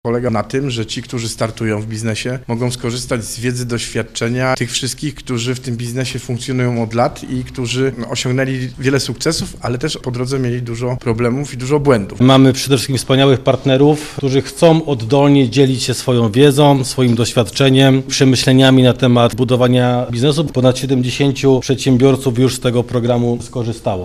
Polega na tym, że ci, którzy startują w biznesie, mogą skorzystać z wiedzy, doświadczenia tych wszystkich, którzy w tym biznesie funkcjonują od lat i którzy osiągnęli wiele sukcesów, ale też po drodze mieli dużo problemów i dużo błędów. Mamy przede wszystkim wspaniałych partnerów, którzy chcą oddolnie dzielić się swoją wiedzą, swoim doświadczeniem, przemyśleniami na temat budowania biznesu. Ponad 70 przedsiębiorców już z tego programu skorzystało.